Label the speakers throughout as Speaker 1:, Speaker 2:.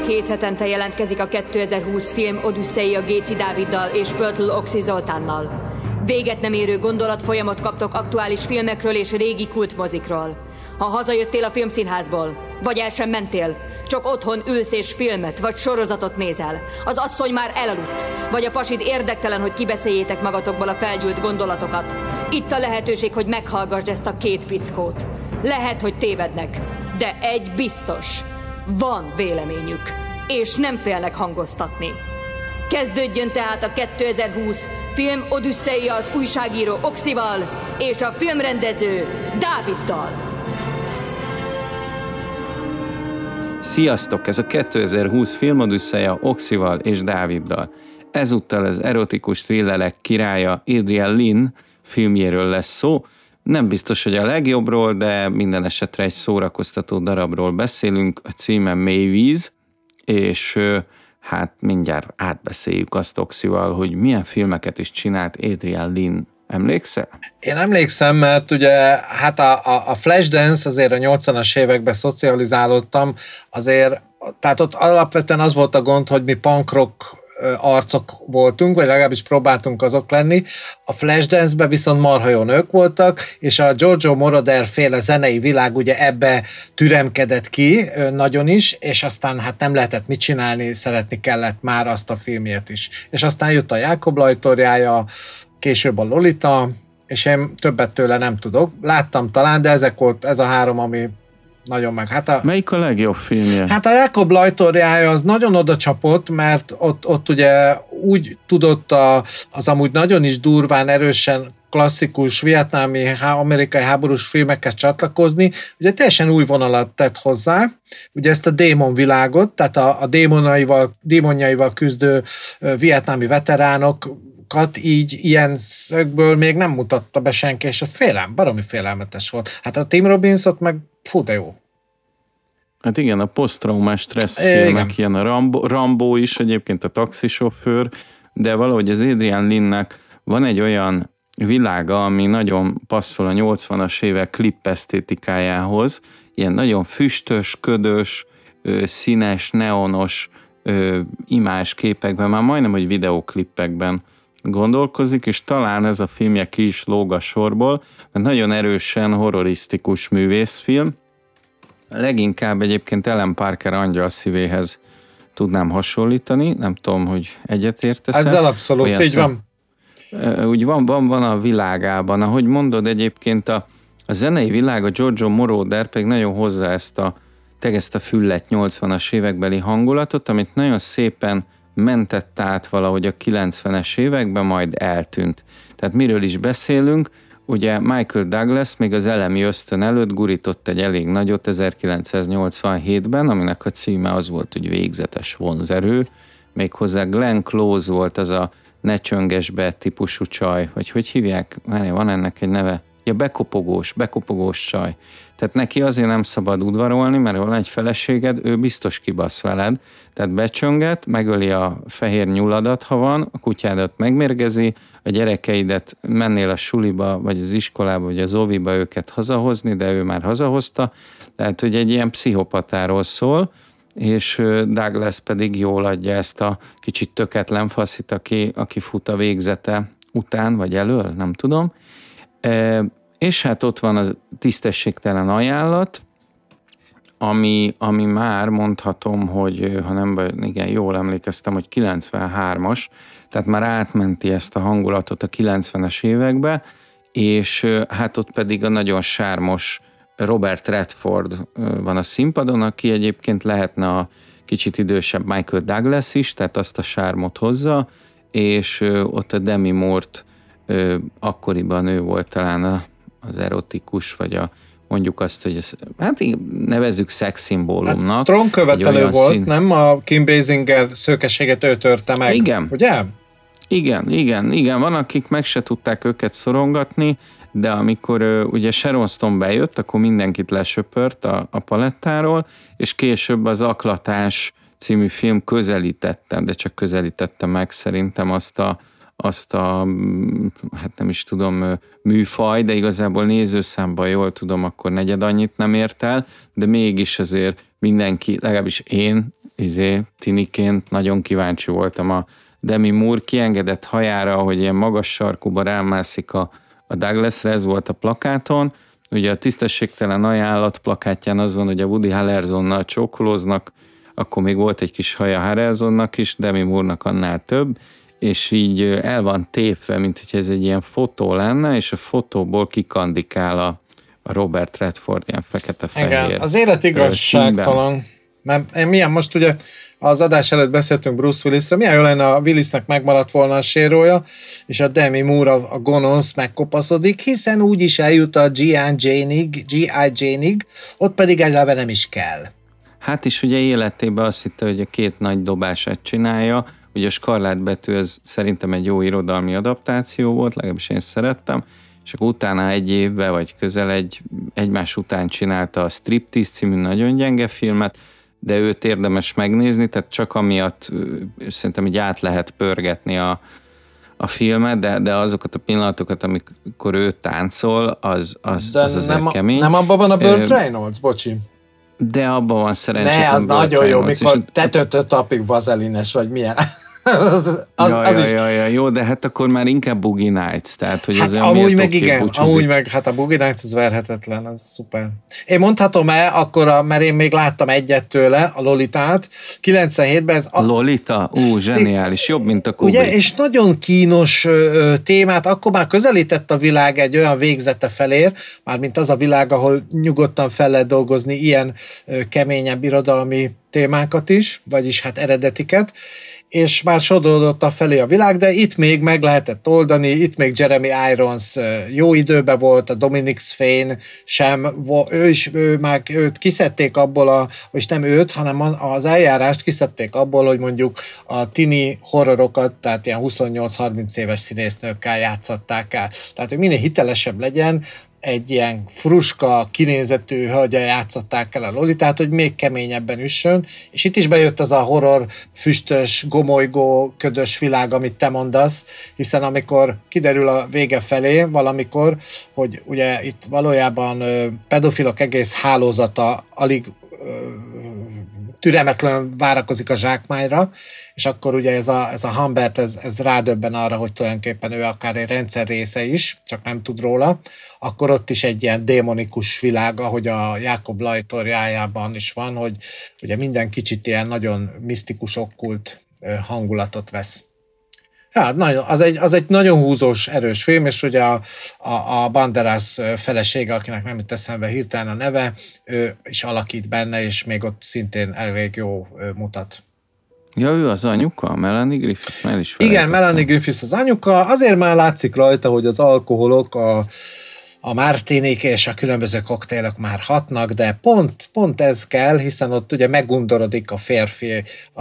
Speaker 1: 2 hetente jelentkezik a 2020 film Odüsszeia Géci Dáviddal és Pörtl Oxi Zoltánnal. Véget nem érő gondolatfolyamot kaptok aktuális filmekről és régi kultmozikról. Ha hazajöttél a filmszínházból, vagy el sem mentél, csak otthon ülsz és filmet vagy sorozatot nézel, az asszony már elaludt, vagy a pasid érdektelen, hogy kibeszéljétek magatokból a felgyűlt gondolatokat. Itt a lehetőség, hogy meghallgassd ezt a 2 fickót. Lehet, hogy tévednek, de egy biztos. Van véleményük, és nem félnek hangoztatni. Kezdődjön tehát a 2020 film Odüsszeia az újságíró Oxival és a filmrendező Dáviddal.
Speaker 2: Sziasztok! Ez a 2020 film Odüsszeia Oxival és Dáviddal. Ezúttal az erotikus thrillerek királya Adrian Lyne filmjéről lesz szó. Nem biztos, hogy a legjobbról, de minden esetre egy szórakoztató darabról beszélünk. A címe Mélyvíz, és hát mindjárt átbeszéljük azt Oxival, hogy milyen filmeket is csinált Adrian Lyne. Emlékszel?
Speaker 3: Én emlékszem, mert ugye hát a Flashdance azért a 80-as években szocializálódtam, azért, tehát ott alapvetően az volt a gond, hogy mi punk rock arcok voltunk, vagy legalábbis próbáltunk azok lenni. A Flashdance-ben viszont marha jó nők voltak, és a Giorgio Moroder féle zenei világ ugye ebbe türemkedett ki nagyon is, és aztán hát nem lehetett mit csinálni, szeretni kellett már azt a filmjét is. És aztán jött a Jákob Lajtorjája, később a Lolita, és én többet tőle nem tudok. Láttam talán, de ez a 3, ami nagyon meg. Hát
Speaker 2: melyik a legjobb filmje?
Speaker 3: Hát a Jákob Lajtorjája az nagyon oda csapott, mert ott ugye úgy tudott az amúgy nagyon is durván, erősen klasszikus vietnámi, amerikai háborús filmekhez csatlakozni, ugye teljesen új vonalat tett hozzá, ugye ezt a démonvilágot, tehát a démonjaival küzdő vietnámi veteránok így ilyen szögből még nem mutatta be senki, és baromi félelmetes volt. Hát a Tim Robbins ott meg fú, de jó.
Speaker 2: Hát igen, a posztraumás stressz filmek, ilyen a Rambo is, egyébként a taxisofőr, de valahogy az Adrian Lyne-nek van egy olyan világa, ami nagyon passzol a 80-as évek klip esztétikájához, ilyen nagyon füstös, ködös, színes, neonos imázs képekben, már majdnem, hogy videóklippekben gondolkozik, és talán ez a filmje ki is lóg a sorból, mert nagyon erősen horrorisztikus művészfilm. Leginkább egyébként Ellen Parker angyalszívéhez tudnám hasonlítani, nem tudom, hogy egyetértesz.
Speaker 3: Ezzel abszolút, így van.
Speaker 2: Úgy van a világában. Ahogy mondod, egyébként a zenei világ, a Giorgio Moroder pedig nagyon hozzá ezt a füllet 80-as évekbeli hangulatot, amit nagyon szépen mentett át valahogy a 90-es években, majd eltűnt. Tehát miről is beszélünk? Ugye Michael Douglas még az Elemi ösztön előtt gurított egy elég nagyot 1987-ben, aminek a címe az volt, hogy Végzetes vonzerő. Méghozzá Glenn Close volt az a ne csönges be típusú csaj, vagy hogy hívják? Van ennek egy neve? Ja, bekopogós csaj. Tehát neki azért nem szabad udvarolni, mert van egy feleséged, ő biztos kibasz veled. Tehát becsönget, megöli a fehér nyuladat, ha van, a kutyádat megmérgezi, a gyerekeidet mennél a suliba, vagy az iskolába, vagy az óviba őket hazahozni, de ő már hazahozta. Tehát, hogy egy ilyen pszichopatáról szól, és Douglas pedig jól adja ezt a kicsit töketlen faszit, aki fut a végzete után, vagy elől, nem tudom. És hát ott van a tisztességtelen ajánlat, ami már mondhatom, hogy ha nem, igen, jól emlékeztem, hogy 93-as, tehát már átmenti ezt a hangulatot a 90-es évekbe, és hát ott pedig a nagyon sármos Robert Redford van a színpadon, aki egyébként lehetne a kicsit idősebb Michael Douglas is, tehát azt a sármot hozza, és ott a Demi Moore-t akkoriban ő volt talán az erotikus, vagy mondjuk azt, hogy nevezzük szexszimbólumnak.
Speaker 3: Hát trónkövetelő volt, nem? A Kim Basinger szőkeséget ő törte meg.
Speaker 2: Igen.
Speaker 3: Ugye?
Speaker 2: Igen. Van, akik meg se tudták őket szorongatni, de amikor ugye Sharon Stone bejött, akkor mindenkit lesöpört a palettáról, és később az Aklatás című film közelítette, de csak közelítette meg szerintem azt a hát nem is tudom, műfaj, de igazából nézőszámban jól tudom, akkor negyed annyit nem ért el, de mégis azért mindenki, legalábbis én tiniként nagyon kíváncsi voltam a Demi Moore kiengedett hajára, hogy ilyen magas sarkúba rámászik a Douglasre, ez volt a plakáton. Ugye a tisztességtelen ajánlat plakátján az van, hogy a Woody Harrelsonnal csókolóznak, akkor még volt egy kis haja Harrelsonnak is, Demi Moore-nak annál több, és így el van tépve, mint hogy ez egy ilyen fotó lenne, és a fotóból kikandikál a Robert Redford ilyen fekete-fehér.
Speaker 3: Igen, az élet igazságtalan. Mert milyen most ugye az adás előtt beszéltünk Bruce Willisről, milyen jó lenne, a Willisnek megmaradt volna a sérója, és a Demi Moore, a gonosz megkopaszodik, hiszen úgyis eljut a G.I. Jane-ig, ott pedig egyáltalán nem is kell.
Speaker 2: Hát is ugye életében azt hitte, hogy a két nagy dobását csinálja, ugye a Skarlát betű, ez szerintem egy jó irodalmi adaptáció volt, legalábbis én szerettem, és akkor utána egy évben, vagy közel egymás után csinálta a Striptease című nagyon gyenge filmet, de őt érdemes megnézni, tehát csak amiatt szerintem így át lehet pörgetni a filmet, de azokat a pillanatokat, amikor ő táncol, az azért kemény.
Speaker 3: Nem abban van a Burt Reynolds, bocsi.
Speaker 2: De abban van szerencsét.
Speaker 3: Ne, az nagyon jó, mikor tetőtől tapig vazelines, vagy milyen.
Speaker 2: Jó, de hát akkor már inkább Boogie Nights, tehát hogy
Speaker 3: hát
Speaker 2: az
Speaker 3: amúgy meg igen, amúgy meg hát a Boogie Nights az verhetetlen, az szuper. Én mondhatom akkor, mert én még láttam egyet tőle, a Lolitát, 97-ben ez...
Speaker 2: Lolita? Zseniális, jobb, mint a Kubrick.
Speaker 3: Ugye, és nagyon kínos témát, akkor már közelített a világ egy olyan végzete felér, mármint az a világ, ahol nyugodtan fel lehet dolgozni ilyen keményebb irodalmi témákat is, vagyis hát eredetiket, és már sodródott a felé a világ, de itt még meg lehetett oldani, itt még Jeremy Irons jó időben volt, a Dominic Swain sem, őt kiszedték abból, és nem őt, hanem az eljárást kiszedték abból, hogy mondjuk a tini horrorokat, tehát ilyen 28-30 éves színésznőkkel játszatták el. Tehát, hogy minél hitelesebb legyen, egy ilyen fruska, kinézetű hölgyel játszották el a Lolitát, hogy még keményebben üssön, és itt is bejött az a horror, füstös, gomolygó, ködös világ, amit te mondasz, hiszen amikor kiderül a vége felé valamikor, hogy ugye itt valójában pedofilok egész hálózata alig türelmetlenül várakozik a zsákmányra, és akkor ugye ez a Humbert, ez rádöbben arra, hogy tulajdonképpen ő akár egy rendszer része is, csak nem tud róla, akkor ott is egy ilyen démonikus világ, ahogy a Jakob Lajtorjájában is van, hogy ugye minden kicsit ilyen nagyon misztikus, okkult hangulatot vesz. Ja, az egy nagyon húzós, erős film, és ugye a Banderas felesége, akinek nem jut eszembe hirtelen a neve, ő is alakít benne, és még ott szintén elég jó mutat.
Speaker 2: Ja, ő az anyuka, Melanie Griffiths, már is
Speaker 3: igen, Melanie Griffiths az anyuka, azért már látszik rajta, hogy az alkoholok, a martinik és a különböző koktélok már hatnak, de pont ez kell, hiszen ott ugye meggundorodik a férfi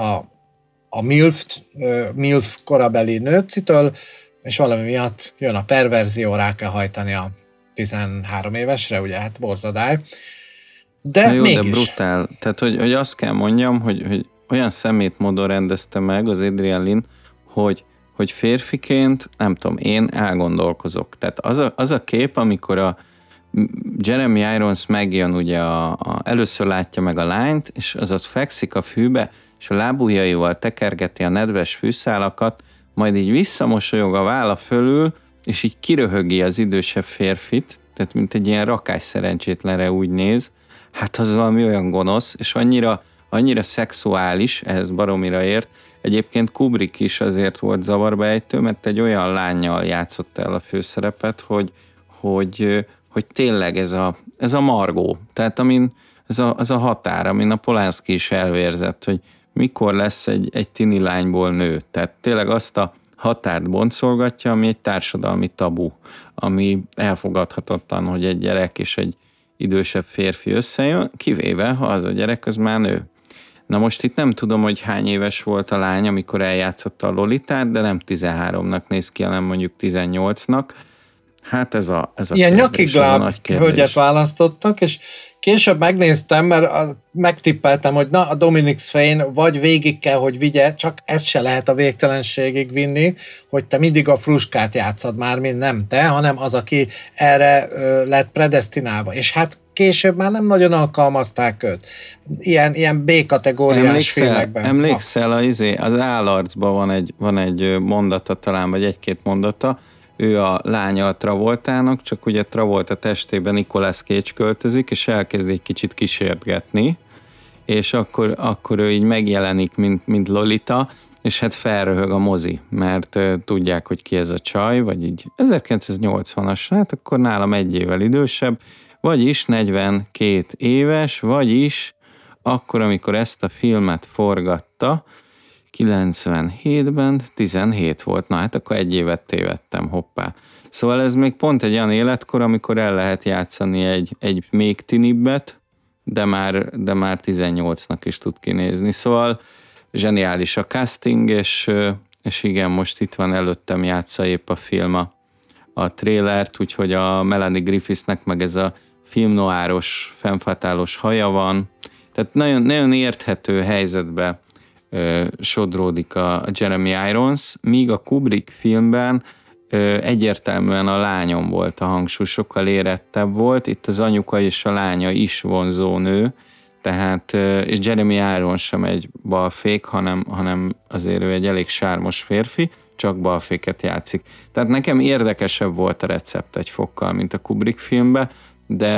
Speaker 3: a MILF korabeli nőcitől, és valami miatt jön a perverzió, rá kell hajtani a 13 évesre, ugye, hát borzadály. De
Speaker 2: jó,
Speaker 3: mégis.
Speaker 2: De brutál. Tehát, hogy azt kell mondjam, hogy olyan szemétmódon rendezte meg az Adrian Lyne, hogy férfiként, nem tudom, én elgondolkozok. Tehát az a kép, amikor a Jeremy Irons megjön, ugye először látja meg a lányt, és az ott fekszik a fűbe, és a lábujjaival tekergeti a nedves fűszálakat, majd így visszamosolyog a válla fölül, és így kiröhögi az idősebb férfit, tehát mint egy ilyen rakás szerencsétlenre úgy néz, hát az valami olyan gonosz, és annyira szexuális, ehhez baromira ért. Egyébként Kubrick is azért volt zavarba ejtő, mert egy olyan lánnyal játszott el a főszerepet, hogy tényleg ez a Margó, tehát az a határ, amin a Polanski is elvérzett, hogy mikor lesz egy tini lányból nő. Tehát tényleg azt a határt boncolgatja, ami egy társadalmi tabu, ami elfogadhatatlan, hogy egy gyerek és egy idősebb férfi összejön, kivéve, ha az a gyerek, az már nő. Na most itt nem tudom, hogy hány éves volt a lány, amikor eljátszotta a Lolitát, de nem 13-nak néz ki, hanem mondjuk 18-nak. Hát ez a
Speaker 3: ilyen
Speaker 2: nyakigláb
Speaker 3: hölgyet választottak, és később megnéztem, mert megtippeltem, hogy a Dominic Swain vagy végig kell, hogy vigye, csak ezt se lehet a végtelenségig vinni, hogy te mindig a fruskát játszad már, mint nem te, hanem az, aki erre lett predesztinálva. És hát később már nem nagyon alkalmazták őt. Ilyen B-kategóriás filmekben.
Speaker 2: Emlékszel, az Állarcban van egy mondata talán, vagy egy-két mondata, ő a lánya a Travoltának, csak ugye Travolta testében Nicolas Cage költözik, és elkezd egy kicsit kísértgetni, és akkor ő így megjelenik, mint Lolita, és hát felröhög a mozi, mert tudják, hogy ki ez a csaj, vagy így 1980-as, hát akkor nálam 1 évvel idősebb, vagyis 42 éves, vagyis akkor, amikor ezt a filmet forgatta, 97-ben 17 volt, na hát akkor 1 évet tévedtem, hoppá. Szóval ez még pont egy olyan életkor, amikor el lehet játszani egy még tinibbet, de már 18-nak is tud kinézni. Szóval zseniális a casting, és igen, most itt van előttem, játsza épp a film a trélert, úgyhogy a Melanie Griffithsnek meg ez a filmnoáros, femme-fatale-os haja van. Tehát nagyon, nagyon érthető helyzetbe sodródik a Jeremy Irons, míg a Kubrick filmben egyértelműen a lányom volt a hangsúly, sokkal érettebb volt, itt az anyuka és a lánya is vonzó nő, tehát, és Jeremy Irons sem egy balfék, hanem azért ő egy elég sármos férfi, csak balféket játszik. Tehát nekem érdekesebb volt a recept egy fokkal, mint a Kubrick filmben, de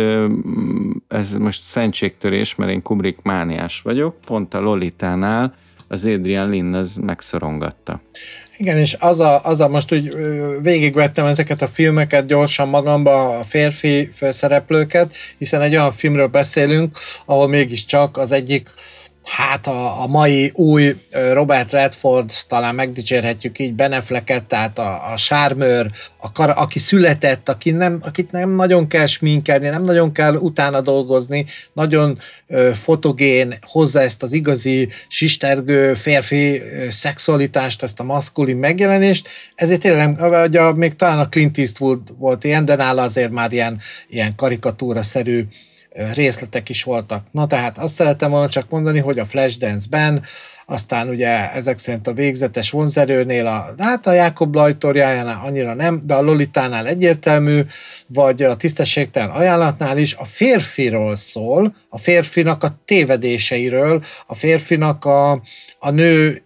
Speaker 2: ez most szentségtörés, mert én Kubrick mániás vagyok, pont a Lolitánál az Adrian Lyne az megszorongatta.
Speaker 3: Igen, és az a most úgy végigvettem ezeket a filmeket gyorsan magamba, a férfi főszereplőket, hiszen egy olyan filmről beszélünk, ahol mégiscsak az egyik, hát a mai új Robert Redford, talán megdicsérhetjük így, Ben Afflecket, tehát a sármőr, aki született, akit nem nagyon kell sminkelni, nem nagyon kell utána dolgozni, nagyon fotogén, hozza ezt az igazi sistergő férfi szexualitást, ezt a maszkulin megjelenést, ezért tényleg, még talán a Clint Eastwood volt ilyen, de nála azért már ilyen karikatúraszerű részletek is voltak. Na tehát azt szeretem volna csak mondani, hogy a Flashdance-ben, aztán ugye ezek szerint a végzetes vonzerőnél, a Jakob Lajtorjájánál annyira nem, de a Lolitánál egyértelmű, vagy a tisztességtelen ajánlatnál is a férfiról szól, a férfinak a tévedéseiről, a férfinak a nő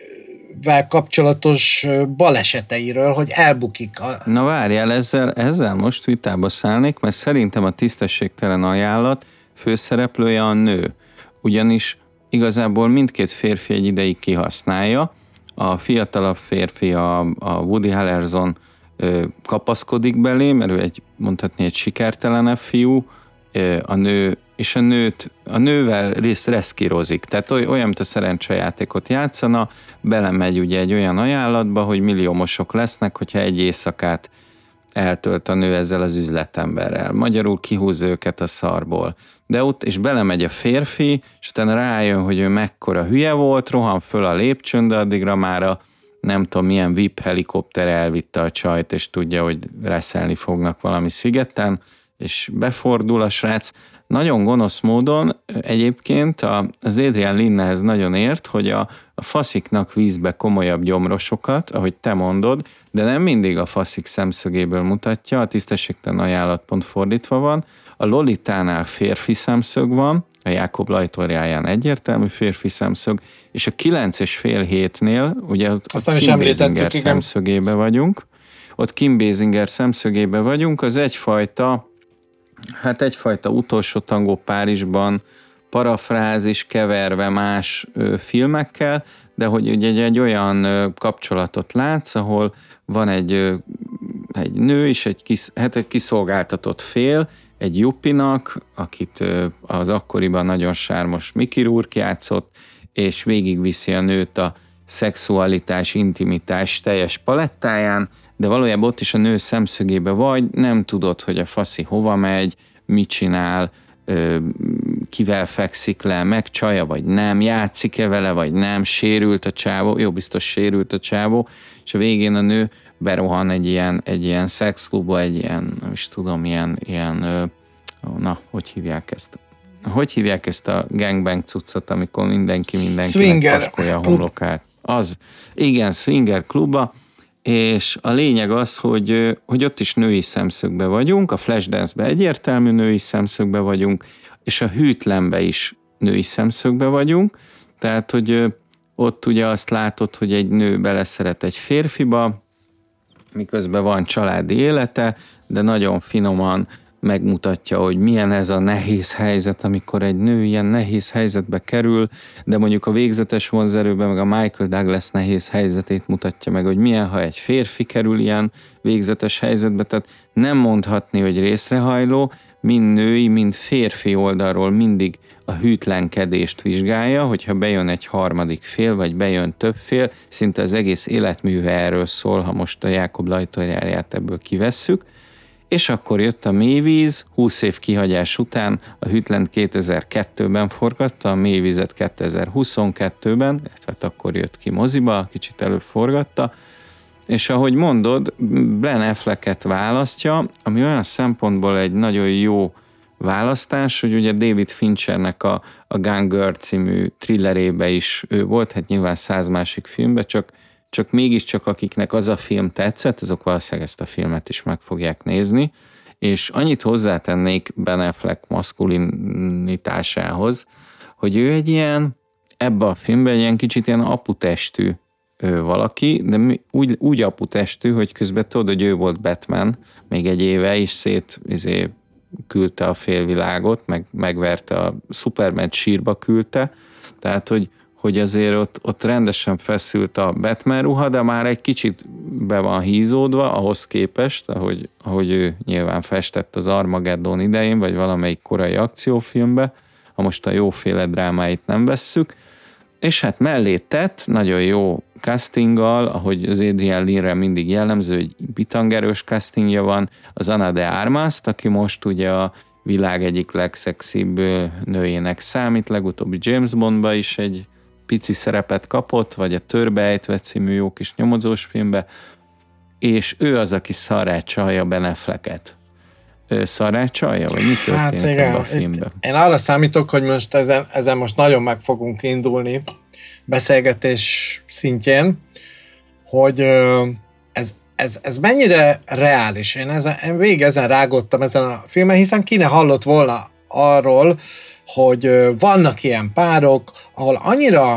Speaker 3: kapcsolatos baleseteiről, hogy elbukik.
Speaker 2: Na várjál, ezzel most vitába szállnék, mert szerintem a tisztességtelen ajánlat főszereplője a nő. Ugyanis igazából mindkét férfi egy ideig kihasználja. A fiatalabb férfi, a Woody Harrelson kapaszkodik belé, mert ő mondhatni egy sikertelenebb fiú, a nő, és a nővel reszkírozik. Tehát olyan, mint a szerencsejátékot játszana, belemegy ugye egy olyan ajánlatba, hogy milliómosok lesznek, hogyha egy éjszakát eltölt a nő ezzel az üzletemberrel. Magyarul kihúz őket a szarból. De ott is belemegy a férfi, és utána rájön, hogy ő mekkora hülye volt, rohan föl a lépcsőn, de addigra már a nem tudom milyen VIP helikopter elvitte a csajt, és tudja, hogy reszelni fognak valami szigeten, és befordul a srác. Nagyon gonosz módon egyébként az Adrian Lyne-hez nagyon ért, hogy a fasziknak vízbe komolyabb gyomrosokat, ahogy te mondod, de nem mindig a faszik szemszögéből mutatja, a tisztességtelen ajánlat pont fordítva van. A Lolitánál férfi szemszög van, a Jakob Lajtorjáján egyértelmű férfi szemszög, és a 9,5-7-nél, ugye ott Kim Basinger szemszögébe vagyunk, ott Kim Basinger szemszögébe vagyunk, az egyfajta utolsó tangó Párizsban parafrázis keverve más filmekkel, de hogy ugye egy olyan kapcsolatot látsz, ahol van egy nő és egy kiszolgáltatott fél, egy juppinak, akit az akkoriban nagyon sármos Mickey Rourke játszott, és végigviszi a nőt a szexualitás, intimitás teljes palettáján, de valójában ott is a nő szemszögébe vagy, nem tudod, hogy a faszi hova megy, mit csinál, kivel fekszik le, megcsalja vagy nem, játszik-e vele vagy nem, sérült a csávó, jó, biztos sérült a csávó, és a végén a nő berohan egy ilyen szexklubba, egy ilyen, nem is tudom, hogy hívják ezt a gangbang cuccot, amikor mindenki paskolja a homlokát. Az, igen, swinger klubba, és a lényeg az, hogy ott is női szemszögbe vagyunk, a Flashdance-be egyértelmű női szemszögbe vagyunk, és a Hűtlenbe is női szemszögbe vagyunk, tehát, hogy ott ugye azt látod, hogy egy nő beleszeret egy férfiba, miközben van családi élete, de nagyon finoman megmutatja, hogy milyen ez a nehéz helyzet, amikor egy nő ilyen nehéz helyzetbe kerül, de mondjuk a Végzetes vonzerőben meg a Michael Douglas nehéz helyzetét mutatja meg, hogy milyen, ha egy férfi kerül ilyen végzetes helyzetbe, tehát nem mondhatni, hogy részrehajló, mind női, mind férfi oldalról mindig a hűtlenkedést vizsgálja, hogyha bejön egy harmadik fél, vagy bejön több fél, szinte az egész életműve erről szól, ha most a Jákob Lajtorjárját ebből kivesszük. És akkor jött a Mélyvíz, 20 év kihagyás után a Hűtlent 2002-ben forgatta, a Mélyvízet 2022-ben, tehát akkor jött ki moziba, kicsit előbb forgatta, és ahogy mondod, Ben Afflecket választja, ami olyan szempontból egy nagyon jó választás, hogy ugye David Finchernek a Gone Girl című thrillerében is ő volt, hát nyilván 100 másik filmben, csak mégiscsak akiknek az a film tetszett, azok valószínűleg ezt a filmet is meg fogják nézni, és annyit hozzátennék Ben Affleck maszkulinitásához, hogy ő egy ilyen, ebben a filmben egy ilyen kicsit ilyen aputestű valaki, de úgy aputestű, hogy közben tudod, hogy ő volt Batman még egy éve, és küldte a félvilágot, megverte a Superman sírba küldte, tehát, hogy azért ott rendesen feszült a Batman ruha, de már egy kicsit be van hízódva ahhoz képest, ahogy ő nyilván festett az Armageddon idején, vagy valamelyik korai akciófilmbe, ha most a jóféle drámáit nem vesszük, és hát mellé tett, nagyon jó castinggal, ahogy az Adrian Lyne-re mindig jellemző, hogy bitangerős castingja van, az Ana de Armas-t, aki most ugye a világ egyik legszexibb nőjének számít, legutóbbi James Bondba is egy pici szerepet kapott, vagy a Törbeejtve című jó kis nyomozós filmbe, és ő az, aki szarrá csalja Ben Afflecket. Szarrá csalja, vagy mi történt ebben a filmben?
Speaker 3: Én arra számítok, hogy most ezen most nagyon meg fogunk indulni beszélgetés szintjén, hogy ez mennyire reális. Én végig ezen rágottam ezen a filmen, hiszen ki ne hallott volna arról, hogy vannak ilyen párok, ahol annyira,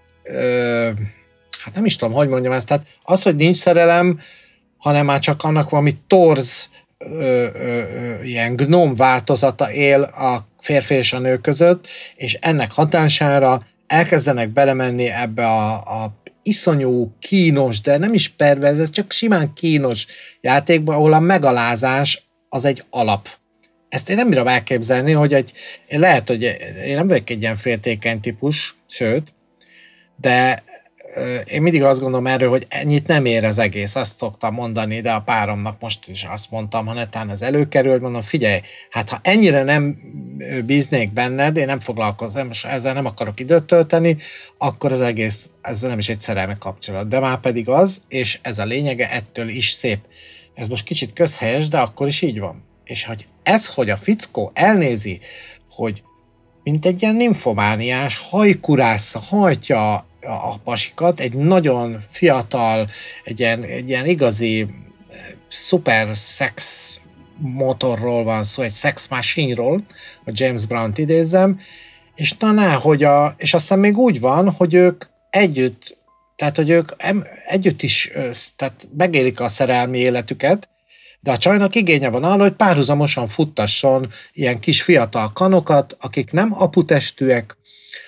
Speaker 3: hát nem is tudom, hogy mondjam ezt, tehát az, hogy nincs szerelem, hanem már csak annak valami torz, ilyen gnóm változata él a férfi és a nő között, és ennek hatására elkezdenek belemenni ebbe a iszonyú, kínos, de nem is perverz, ez csak simán kínos játékban, ahol a megalázás az egy alap. Ezt én nem bírom elképzelni, hogy lehet, hogy én nem vagyok egy ilyen féltékeny típus, sőt, de én mindig azt gondolom erről, hogy ennyit nem ér az egész, azt szoktam mondani, de a páromnak most is azt mondtam, ha netán az előkerül, mondom, figyelj, hát ha ennyire nem bíznék benned, én nem foglalkozom, ezzel nem akarok időt tölteni, akkor az egész, ez nem is egy szerelmi kapcsolat, de már pedig az, és ez a lényege, ettől is szép. Ez most kicsit közhelyes, de akkor is így van. És hogy a fickó elnézi, hogy mint egy ilyen nymfomániás hajkurásza hajtja a pasikat, egy nagyon fiatal, egy ilyen igazi szuper szex motorról van szó, egy sex machine-ról, a James Brown-t idézzem, és és aztán még úgy van, hogy ők együtt, tehát hogy ők együtt is tehát megélik a szerelmi életüket, de a csajnak igénye van arra, hogy párhuzamosan futtasson ilyen kis fiatal kanokat, akik nem aputestűek,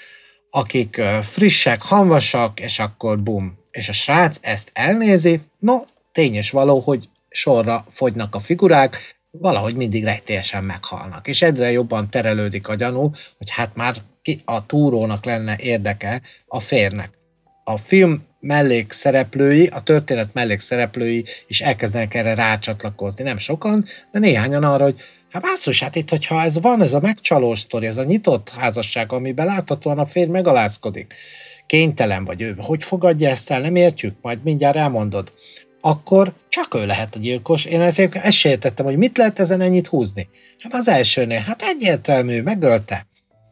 Speaker 3: akik frissek, hamvasak, és akkor bum. És a srác ezt elnézi, tény és való, hogy sorra fogynak a figurák, valahogy mindig rejtélyesen meghalnak. És egyre jobban terelődik a gyanú, hogy hát már a túrónak lenne érdeke a férnek. A film mellékszereplői, a történet mellékszereplői is elkezdenek erre rácsatlakozni. Nem sokan, de néhányan arra, hogy hát basszus, hát itt, hogyha ez van, ez a megcsalós sztori, ez a nyitott házasság, amiben láthatóan a férj megalázkodik, kénytelen vagy ő, hogy fogadja ezt el, nem értjük, majd mindjárt elmondod, akkor csak ő lehet a gyilkos. Én ezt se értettem, hogy mit lehet ezen ennyit húzni. Hát az elsőnél, hát egyértelmű, megölte.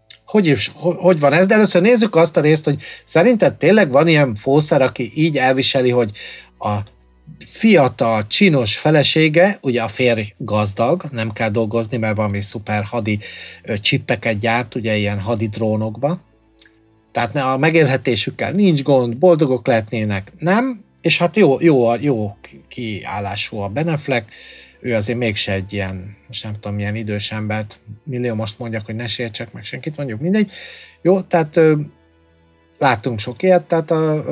Speaker 3: Hogy van ez? De először nézzük azt a részt, hogy szerinted tényleg van ilyen fószer, aki így elviseli, hogy a fiatal, csinos felesége, ugye a férj gazdag, nem kell dolgozni, mert valami szuper hadi csippeket gyárt, ugye ilyen hadi drónokba. Tehát a megélhetésükkel nincs gond, boldogok lehetnének, nem? És hát jó kiállású a Ben Affleck, ő azért mégse egy ilyen, most nem tudom, milyen idős embert, millió most mondjak, hogy ne sértsek meg senkit, mondjuk mindegy. Jó, tehát láttunk sok ilyet, tehát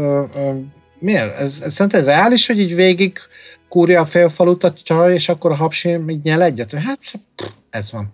Speaker 3: miért? Ez szerinted reális, hogy így végig kúrja a félfalut a csaj, és akkor a hapsi még nyel egyet? Hát ez van.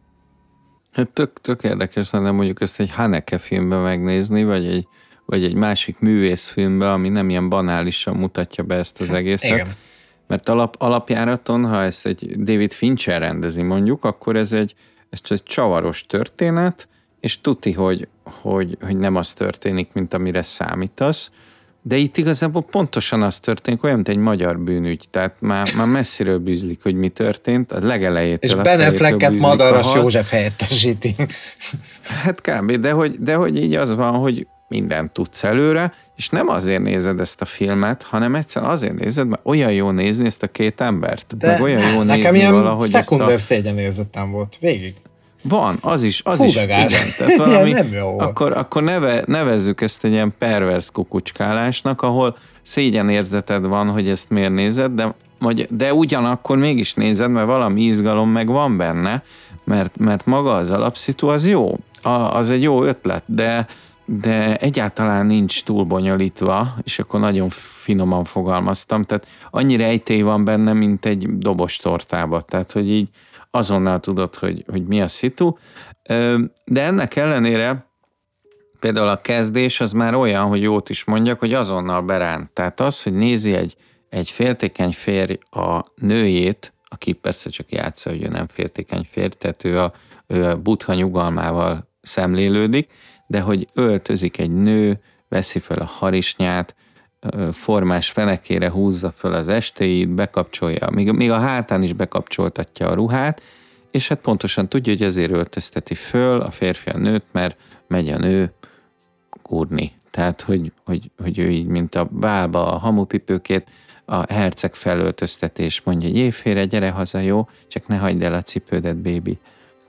Speaker 2: Hát tök érdekes lenne mondjuk ezt egy Haneke filmben megnézni, vagy egy másik művészfilmben, ami nem ilyen banálisan mutatja be ezt az egészet. Igen. Mert alapjáraton, ha ezt egy David Fincher rendezi mondjuk, akkor ez egy csavaros történet, és tuti, hogy nem az történik, mint amire számítasz, de itt igazából pontosan az történik, olyan, mint egy magyar bűnügy, tehát már messziről bűzlik, hogy mi történt, a legelejétől.
Speaker 3: És Ben Afflecket Madaras József helyettesíti.
Speaker 2: Hát kb. De hogy így az van, hogy mindent tudsz előre, és nem azért nézed ezt a filmet, hanem egyszerűen azért nézed, mert olyan jó nézni ezt a két embert.
Speaker 3: De meg olyan jó nézni valahogy ezt a... Nekem ilyen szégyenérzetem volt végig.
Speaker 2: Van, az is igen. Tehát valami, nem jó akkor nevezzük ezt egy ilyen pervers kukucskálásnak, ahol szégyenérzeted van, hogy ezt miért nézed, de ugyanakkor mégis nézed, mert valami izgalom meg van benne, mert maga az alapszitu az jó. Az egy jó ötlet, de egyáltalán nincs túl bonyolítva, és akkor nagyon finoman fogalmaztam, tehát annyira ejtély van benne, mint egy dobos tortába, tehát hogy így azonnal tudod, hogy mi a szitu. De ennek ellenére például a kezdés az már olyan, hogy jót is mondjak, hogy azonnal beránt. Tehát az, hogy nézi egy féltékeny férj a nőjét, aki persze csak játsza, hogy ő nem féltékeny férj, tehát ő a Buddha nyugalmával szemlélődik, de hogy öltözik egy nő, veszi fel a harisnyát, formás fenekére húzza föl az estéit, bekapcsolja, még a hátán is bekapcsoltatja a ruhát, és hát pontosan tudja, hogy ezért öltözteti föl a férfi a nőt, mert megy a nő kurni. Tehát, hogy ő így, mint a bálba a hamupipőkét, a herceg felöltöztetés mondja, hogy évfélre, gyere haza, jó, csak ne hagyd el a cipődet, baby.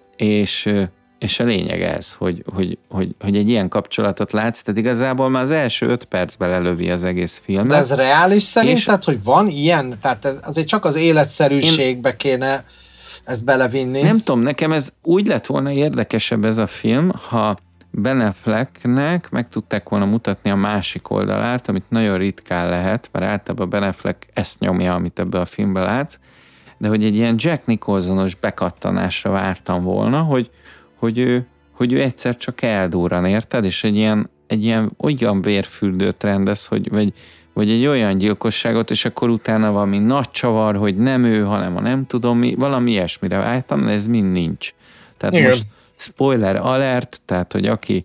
Speaker 2: És a lényeg ez, hogy egy ilyen kapcsolatot látsz, tehát igazából már az első 5 percben lelövi az egész filmet.
Speaker 3: De ez reális szerinted, hogy van ilyen? Tehát azért csak az életszerűségbe kéne ezt belevinni.
Speaker 2: Nem tudom, nekem ez úgy lett volna érdekesebb ez a film, ha Ben Afflecknek meg tudták volna mutatni a másik oldalát, amit nagyon ritkán lehet, mert általában Ben Affleck ezt nyomja, amit ebben a filmben látsz, de hogy egy ilyen Jack Nicholsonos bekattanásra vártam volna, hogy ő egyszer csak eldurran, érted? És egy ilyen olyan vérfürdőt rendez, vagy egy olyan gyilkosságot, és akkor utána valami nagy csavar, hogy nem ő, hanem a nem tudom mi, valami ilyesmire váltam, de ez mind nincs. Tehát igen. Most spoiler alert, tehát hogy aki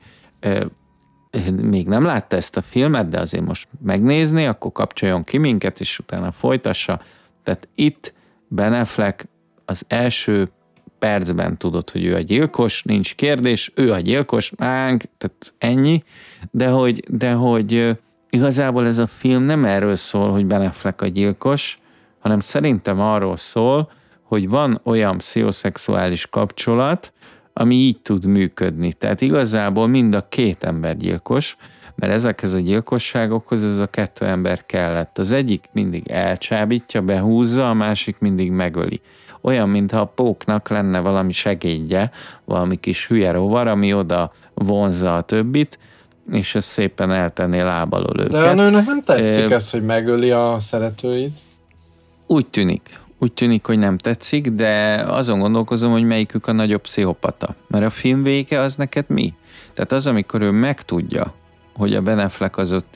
Speaker 2: még nem látta ezt a filmet, de azért most megnézni, akkor kapcsoljon ki minket, és utána folytassa. Tehát itt Ben Affleck az első percben tudod, hogy ő a gyilkos, nincs kérdés, ő a gyilkos, tehát ennyi, de hogy igazából ez a film nem erről szól, hogy Ben Affleck a gyilkos, hanem szerintem arról szól, hogy van olyan pszichoszexuális kapcsolat, ami így tud működni. Tehát igazából mind a két ember gyilkos, mert ezekhez a gyilkosságokhoz ez a 2 ember kellett. Az egyik mindig elcsábítja, behúzza, a másik mindig megöli. Olyan, mintha a póknak lenne valami segédje, valami kis hülye rovar, ami oda vonzza a többit, és ez szépen eltenné láb alól őket.
Speaker 3: De a nőnek nem tetszik ez, hogy megöli a szeretőit?
Speaker 2: Úgy tűnik, hogy nem tetszik, de azon gondolkozom, hogy melyikük a nagyobb pszichopata. Mert a film vége az neked mi? Tehát az, amikor ő megtudja, hogy a Ben Affleck az ott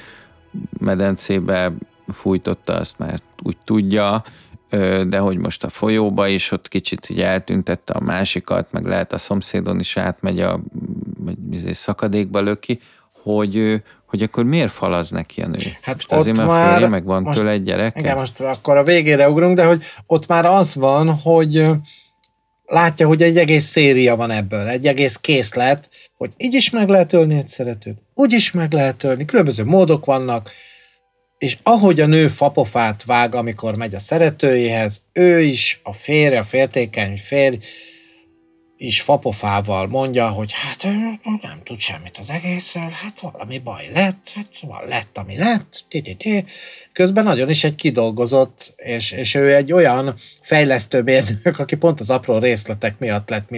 Speaker 2: medencébe fújtotta, azt már úgy tudja, de hogy most a folyóba is ott kicsit így eltüntette a másikat, meg lehet a szomszédon is átmegy szakadékba löki, hogy akkor miért falaz neki a nő? Hát most azért már férje, meg van tőle egy gyereke.
Speaker 3: Igen, most akkor a végére ugrunk, de hogy ott már az van, hogy látja, hogy egy egész széria van ebből, egy egész készlet, hogy így is meg lehet ölni egy szeretőt, úgy is meg lehet ölni, különböző módok vannak, és ahogy a nő fapofát vág, amikor megy a szeretőjéhez, ő is, a férje, a féltékeny férj is fapofával mondja, hogy hát ő nem tud semmit az egészről, hát valami baj lett, hát szóval lett, ami lett, közben nagyon is egy kidolgozott, és ő egy olyan fejlesztőmérnök, aki pont az apró részletek miatt lett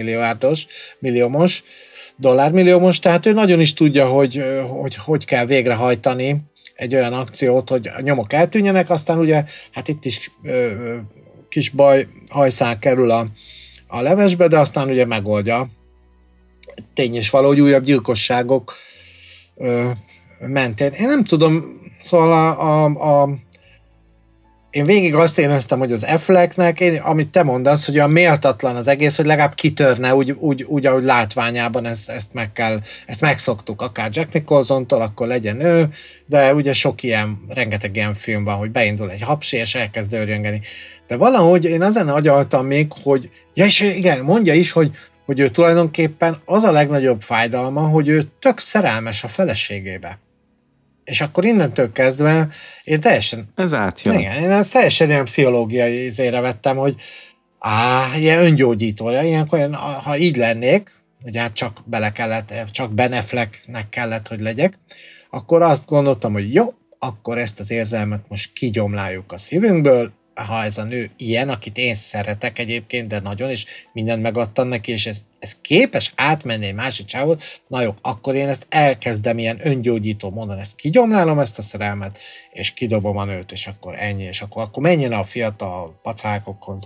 Speaker 3: dollármilliómos, tehát ő nagyon is tudja, hogy kell végrehajtani egy olyan akciót, hogy a nyomok eltűnjenek, aztán ugye, hát itt is kis baj, hajszál kerül a levesbe, de aztán ugye megoldja. Tény és való, hogy újabb gyilkosságok mentén. Én nem tudom, szóval én végig azt éreztem, hogy az Afflecknek, amit te mondasz, hogy a méltatlan az egész, hogy legalább kitörne úgy ahogy látványában ezt megszoktuk, akár Jack Nicholsontól, akkor legyen ő, de ugye rengeteg ilyen film van, hogy beindul egy hapsi, és elkezd őrjöngeni. De valahogy én ezen agyaltam még, hogy, ja és igen, mondja is, hogy ő tulajdonképpen az a legnagyobb fájdalma, hogy ő tök szerelmes a feleségébe. És akkor innentől kezdve én teljesen...
Speaker 2: Ez átjön.
Speaker 3: Igen, én ezt teljesen ilyen pszichológiai izére vettem, hogy ilyen öngyógyítóra, ilyenkor, ha így lennék, hogy hát csak Ben Afflecknek kellett, hogy legyek, akkor azt gondoltam, hogy jó, akkor ezt az érzelmet most kigyomláljuk a szívünkből, ha ez a nő ilyen, akit én szeretek egyébként, de nagyon, és mindent megadtam neki, és ez képes átmenni egy másik csávot, na jó, akkor én ezt elkezdem ilyen öngyógyító módon, ezt kigyomlálom, ezt a szerelmet, és kidobom a nőt, és akkor ennyi, és akkor menjen a fiatal pacákokhoz.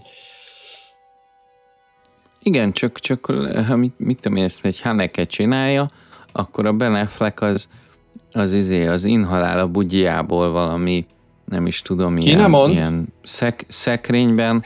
Speaker 2: Igen, csak ha mit tudom én, ezt egy Haneke csinálja, akkor a Ben Affleck az inhalál a bugyjából valami, nem is tudom, ilyen szekrényben,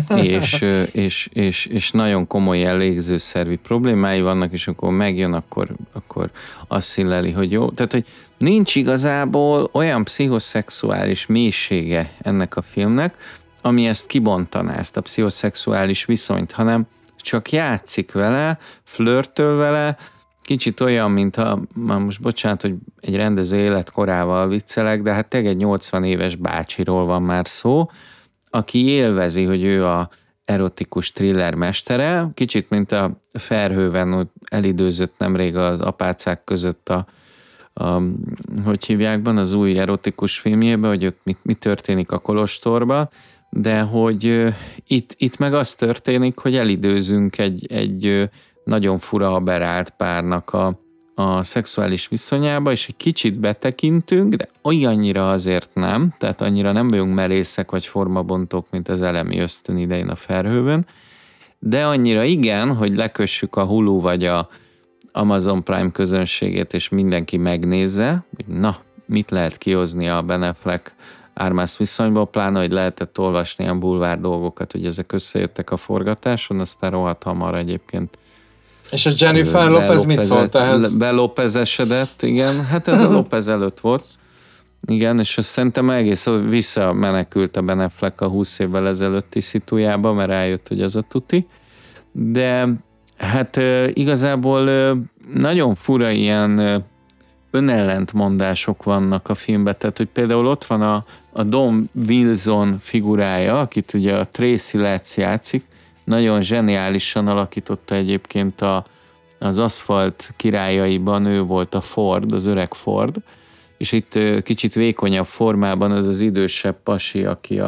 Speaker 2: és nagyon komoly légzőszervi problémái vannak, és akkor megjön, akkor azt hilleli, hogy jó. Tehát, hogy nincs igazából olyan pszichoszexuális mélysége ennek a filmnek, ami ezt kibontaná, ezt a pszichoszexuális viszonyt, hanem csak játszik vele, flörtöl vele, kicsit olyan, mintha, már most bocsánat, hogy egy rendező életkorával viccelek, de hát tényleg egy 80 éves bácsiról van már szó, aki élvezi, hogy ő a erotikus thriller mestere, kicsit, mint a Verhoeven elidőzött nemrég az apácák között hogy hívjákban, az új erotikus filmjében, hogy ott mi történik a kolostorban, de hogy itt meg az történik, hogy elidőzünk egy nagyon fura aberrált párnak a szexuális viszonyába, és egy kicsit betekintünk, de olyannyira azért nem, tehát annyira nem vagyunk merészek vagy formabontók, mint az elemi ösztön idején a Verhoeven, de annyira igen, hogy lekössük a Hulu vagy a Amazon Prime közönségét, és mindenki megnézze, hogy na, mit lehet kihozni a Ben Affleck Armas viszonyból, pláne, hogy lehetett olvasni ilyen bulvár dolgokat, hogy ezek összejöttek a forgatáson, aztán rohadt hamar egyébként.
Speaker 3: És a Jennifer Lopez mit szólt ehhez?
Speaker 2: Belopezesedett, igen. Hát ez a Lopez előtt volt. Igen, és azt szerintem egész visszamenekült a Ben Affleck a 20 évvel ezelőtti szitujába, mert rájött, hogy az a tuti. De hát igazából nagyon fura ilyen önellentmondások vannak a filmben. Tehát, hogy például ott van a Don Wilson figurája, akit ugye a Tracy Letts játszik, nagyon zseniálisan alakította egyébként az Aszfalt királyaiban, ő volt a Ford, az öreg Ford, és itt kicsit vékonyabb formában az idősebb pasi, aki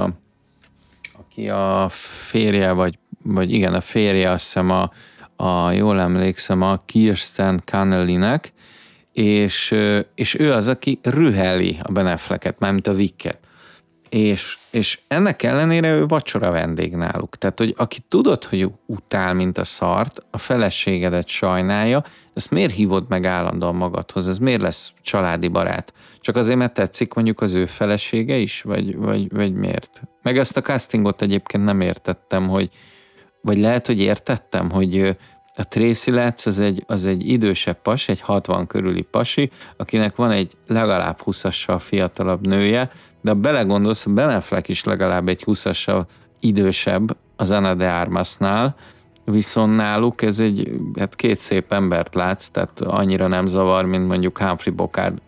Speaker 2: a férje, vagy igen, a férje, azt hiszem jól emlékszem, a Kirsten Connellynek, és ő az, aki rüheli a Ben Afflecket, mármint a Vicket. És ennek ellenére ő vacsora vendég náluk. Tehát, hogy aki tudod, hogy utál, mint a szart, a feleségedet sajnálja, ezt miért hívod meg állandóan magadhoz? Ez miért lesz családi barát? Csak azért, mert tetszik mondjuk az ő felesége is? Vagy miért? Meg ezt a castingot egyébként nem értettem, vagy lehet, hogy értettem, hogy a Tracy Letts az egy idősebb pasi, egy 60 körüli pasi, akinek van egy legalább 20-assal fiatalabb nője, de ha belegondolsz, a Ben Affleck is legalább egy 20-assal idősebb az Ana de Armasnál, viszont náluk ez hát két szép embert látsz, tehát annyira nem zavar, mint mondjuk Humphrey Bogart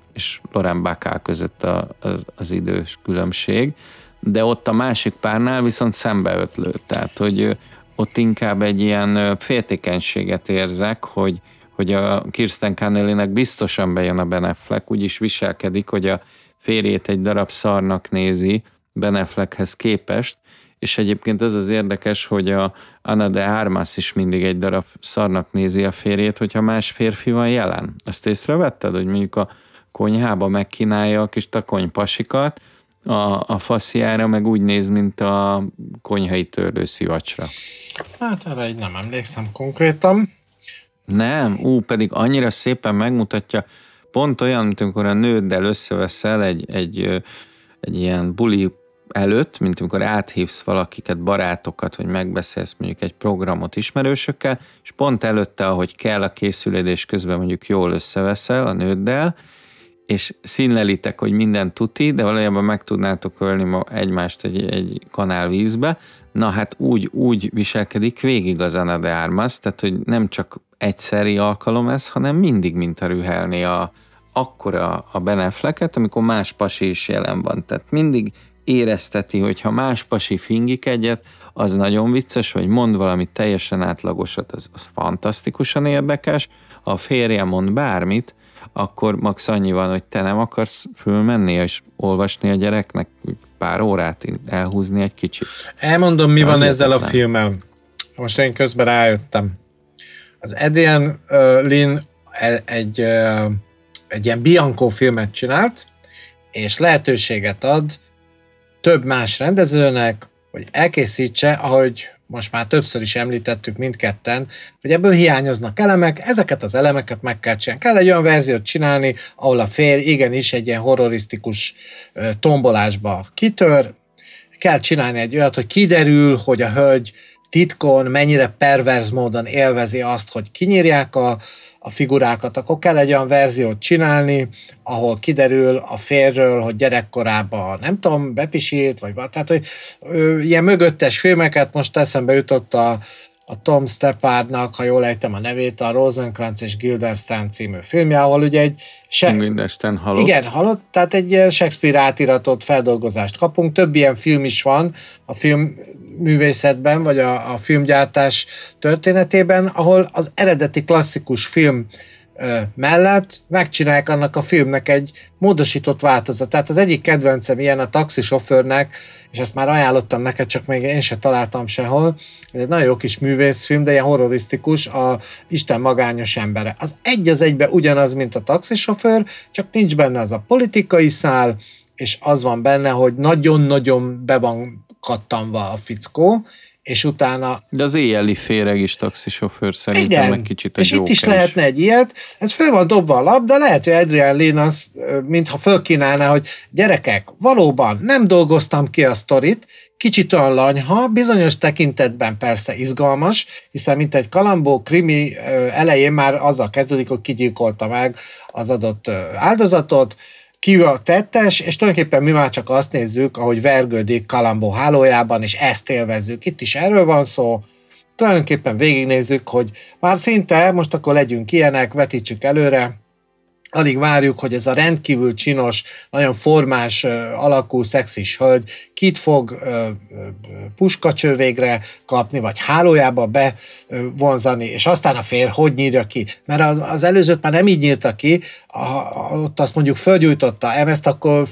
Speaker 2: és Lauren Bacall között az idős különbség, de ott a másik párnál viszont szembeötlő, tehát hogy ott inkább egy ilyen féltékenységet érzek, hogy a Kirsten Connellynek biztosan bejön a Ben Affleck, úgy is viselkedik, hogy a férjét egy darab szarnak nézi Ben Affleckhez képest, és egyébként az érdekes, hogy a Ana de Armas is mindig egy darab szarnak nézi a férjét, hogyha más férfi van jelen. Azt észrevetted, hogy mondjuk a konyhába megkínálja a kis takony pasikat, a fasziára meg úgy néz, mint a konyhai törlőszivacsra.
Speaker 3: Hát erre így nem emlékszem konkrétan.
Speaker 2: Nem, pedig annyira szépen megmutatja, pont olyan, mint amikor a nőddel összeveszel egy ilyen buli előtt, mint amikor áthívsz valakiket, barátokat, vagy megbeszélsz mondjuk egy programot ismerősökkel, és pont előtte, ahogy kell a készülődés közben mondjuk jól összeveszel a nőddel, és színlelitek, hogy minden tuti, de valójában meg tudnátok ölni egymást egy kanál vízbe. Na hát úgy viselkedik végig az Ana de Armas, tehát hogy nem csak egyszeri alkalom ez, hanem mindig, mint a rühelni akkora a Ben Afflecket, amikor más pasi is jelen van. Tehát mindig érezteti, hogy ha más pasi fingik egyet, az nagyon vicces, vagy mond valamit teljesen átlagosat, az fantasztikusan érdekes. Ha a férje mond bármit, akkor max annyi van, hogy te nem akarsz fölmenni és olvasni a gyereknek pár órát, elhúzni egy kicsit.
Speaker 3: Elmondom, mi van ezzel a filmmel. Most én közben rájöttem. Az Adrian Lynn egy ilyen Bianco filmet csinált, és lehetőséget ad több más rendezőnek, hogy elkészítse, ahogy most már többször is említettük mindketten, hogy ebből hiányoznak elemek, ezeket az elemeket meg kell csinálni. Kell egy olyan verziót csinálni, ahol a férj igenis egy ilyen horrorisztikus tombolásba kitör, kell csinálni egy olyat, hogy kiderül, hogy a hölgy titkon mennyire perverz módon élvezi azt, hogy kinyírják a figurákat, akkor kell egy olyan verziót csinálni, ahol kiderül a férről, hogy gyerekkorában nem tudom, bepisít, vagy tehát, hogy ilyen mögöttes filmeket most eszembe jutott a Tom Stoppardnak, ha jól ejtem a nevét, a Rosencrantz és Guildenstern című filmje, ahol ugye egy...
Speaker 2: Guildenstern halott.
Speaker 3: Igen, halott, tehát egy ilyen Shakespeare átiratot, feldolgozást kapunk. Több ilyen film is van a filmművészetben, vagy a filmgyártás történetében, ahol az eredeti klasszikus film mellett megcsinálják annak a filmnek egy módosított változat. Tehát az egyik kedvencem ilyen a Taxisofőrnek, és ezt már ajánlottam neked, csak még én se találtam sehol. Ez egy nagyon jó kis művészfilm, de ilyen horrorisztikus, a Isten magányos embere. Az egybe ugyanaz, mint a Taxisofőr, csak nincs benne az a politikai szál, és az van benne, hogy nagyon-nagyon be van kattanva a fickó, és utána...
Speaker 2: De az éjjeli féreg is taxisofőr szerintem,
Speaker 3: igen,
Speaker 2: meg kicsit egy
Speaker 3: és itt is lehetne egy ilyet, ez föl van dobva a lap, de lehet, hogy Adrian Lynn az, mintha fölkínálná, hogy gyerekek, valóban nem dolgoztam ki a sztorit, kicsit olyan lanyha, bizonyos tekintetben persze izgalmas, hiszen mint egy Columbo krimi elején már azzal kezdődik, hogy kigyilkolta meg az adott áldozatot, ki a tettes, és tulajdonképpen mi már csak azt nézzük, ahogy vergődik Columbo hálójában, és ezt élvezzük. Itt is erről van szó, tulajdonképpen végignézzük, hogy már szinte, most akkor legyünk ilyenek, vetítsük előre, alig várjuk, hogy ez a rendkívül csinos, nagyon formás, alakú, szexis hölgy kit fog puskacső végre kapni, vagy hálójába bevonzani, és aztán a férj hogy nyírja ki. Mert az előzőt már nem így nyírta ki, ott azt mondjuk fölgyújtotta, ezt akkor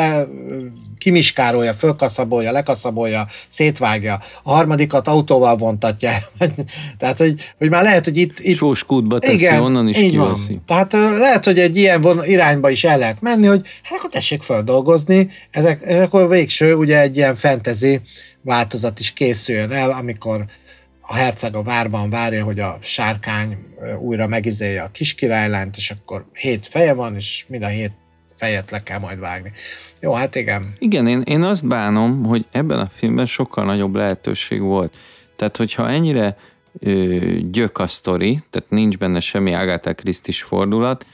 Speaker 3: kimiskárolja, fölkaszabolja, lekaszabolja, szétvágja, a harmadikat autóval vontatja. Tehát, hogy már lehet, hogy itt
Speaker 2: sóskútba teszi, igen, onnan is kiveszi.
Speaker 3: Tehát lehet, hogy egy ilyen irányba is el lehet menni, hogy hát akkor tessék feldolgozni, akkor végső ugye egy ilyen fantasy változat is készüljön el, amikor a herceg a várban várja, hogy a sárkány újra megizélje a kiskirálylányt, és akkor 7 feje van, és mind a 7 fejet le kell majd vágni. Jó, hát igen.
Speaker 2: Igen, én azt bánom, hogy ebben a filmben sokkal nagyobb lehetőség volt. Tehát, hogyha ennyire gyök a sztori, tehát nincs benne semmi Agatha Christie-s fordulat,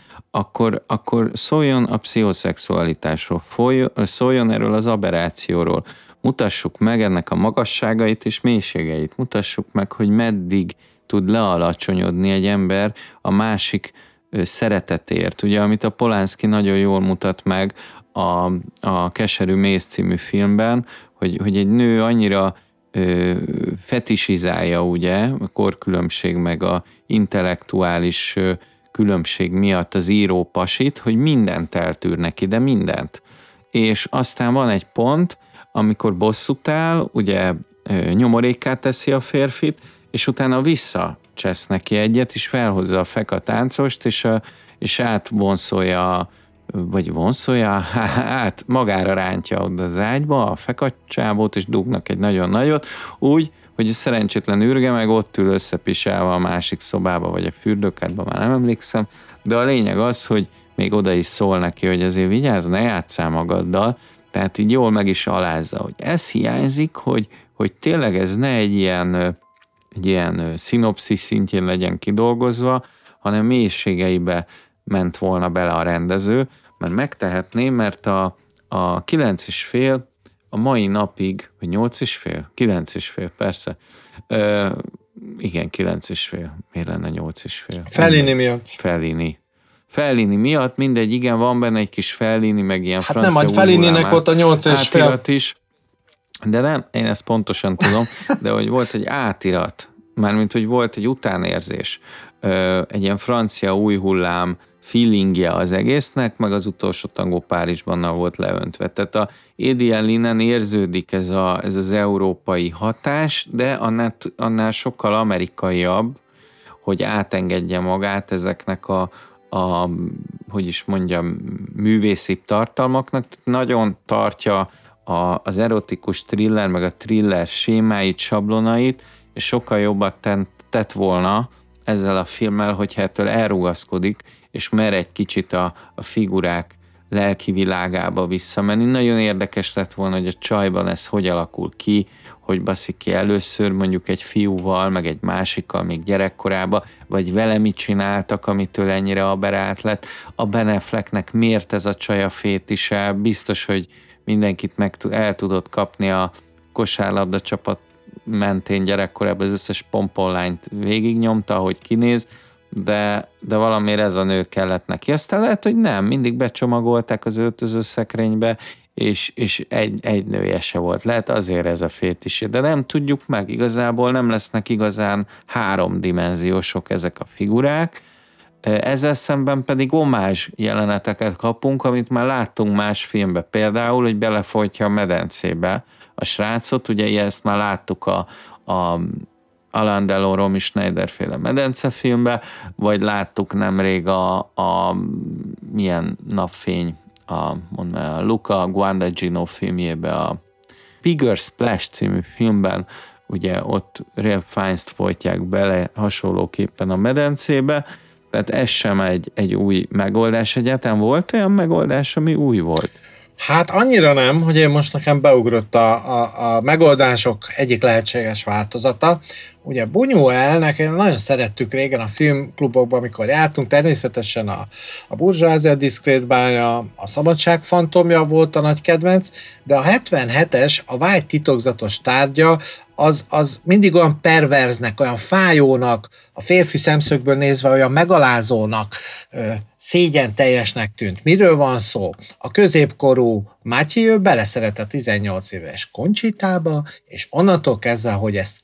Speaker 2: akkor szóljon a pszichoszexualitásról, szóljon erről az aberrációról, mutassuk meg ennek a magasságait és mélységeit, mutassuk meg, hogy meddig tud lealacsonyodni egy ember a másik szeretetért, ugye, amit a Polanski nagyon jól mutat meg a Keserű méz című filmben, hogy egy nő annyira fetisizálja, ugye, a korkülönbség meg a intellektuális különbség miatt az író pasit, hogy mindent eltűr neki, de mindent. És aztán van egy pont, amikor bosszút áll, ugye nyomorékká teszi a férfit, és utána visszacsesz neki egyet, és felhozza a fekatáncost, és átvonszolja, át magára rántja oda az ágyba a fekatcsávót, és dugnak egy nagyon nagyot, úgy, hogy a szerencsétlen ürge meg ott ül összepisálva a másik szobába, vagy a fürdőkádba, már nem emlékszem, de a lényeg az, hogy még oda is szól neki, hogy azért vigyázz, ne játsszál magaddal, tehát így jól meg is alázza, hogy ez hiányzik, hogy tényleg ez ne egy ilyen szinopszis szintjén legyen kidolgozva, hanem mélységeibe ment volna bele a rendező, mert megtehetné, mert a 9,5 a mai napig, vagy 8,5? 9,5, persze. Igen, 9,5. Miért lenne 8,5?
Speaker 3: Fellini miatt.
Speaker 2: Fellini miatt, mindegy, igen, van benne egy kis Fellini, meg ilyen
Speaker 3: hát
Speaker 2: francia
Speaker 3: nem, hogy Fellininek volt a 8,5
Speaker 2: is. De nem, én ezt pontosan tudom, de hogy volt egy átirat, mármint, hogy volt egy utánérzés, egy ilyen francia új hullám feelingje az egésznek, meg az utolsó tangó Párizsban volt leöntve. Tehát a Eddie Allen-en érződik ez az európai hatás, de annál sokkal amerikaiabb, hogy átengedje magát ezeknek a hogy is mondjam, művészibb tartalmaknak. Nagyon tartja az erotikus thriller, meg a thriller sémáit, sablonait, és sokkal jobbat tett volna ezzel a filmmel, hogyha ettől elrugaszkodik, és mer egy kicsit a figurák lelki világába visszamenni. Nagyon érdekes lett volna, hogy a csajban ez hogy alakul ki, hogy baszik ki először mondjuk egy fiúval, meg egy másikkal még gyerekkorában, vagy vele mit csináltak, amitől ennyire aberált lett. A Ben Afflecknek miért ez a csaja fétise? Biztos, hogy mindenkit el tudott kapni a kosárlabda csapat mentén gyerekkorában, az összes pomponlányt végignyomta, hogy kinéz, de valamiért ez a nő kellett neki. Aztán lehet, hogy nem, mindig becsomagolták az öltözőszekrénybe, és egy nője se volt. Lehet azért ez a fétisé, de nem tudjuk meg, igazából nem lesznek igazán háromdimenziósok ezek a figurák. Ezzel szemben pedig omázs jeleneteket kapunk, amit már láttunk más filmben. Például, hogy belefolytja a medencébe a srácot, ugye ezt már láttuk a Alain Delon, Romy Schneider féle medencefilmbe, vagy láttuk nemrég a milyen napfény, a Luca Guadagnino filmjébe, a Bigger Splash című filmben, ugye ott Ralph Fiennes-t folytják bele hasonlóképpen a medencébe, tehát ez sem egy új megoldás. Egyáltalán volt olyan megoldás, ami új volt?
Speaker 3: Hát annyira nem, hogy én most nekem beugrott a megoldások egyik lehetséges változata. Ugye Buñuelnek nagyon szerettük régen a filmklubokban, amikor jártunk, természetesen a Burzsázia diszkrét bánya, a Szabadság fantomja volt a nagy kedvenc, de a 77-es, a Vágy titokzatos tárgya, az mindig olyan perverznek, olyan fájónak, a férfi szemszögből nézve olyan megalázónak, szégyen teljesnek tűnt. Miről van szó? A középkorú Mathieu beleszeret a 18 éves Conchitába, és onnantól kezdve, hogy ezt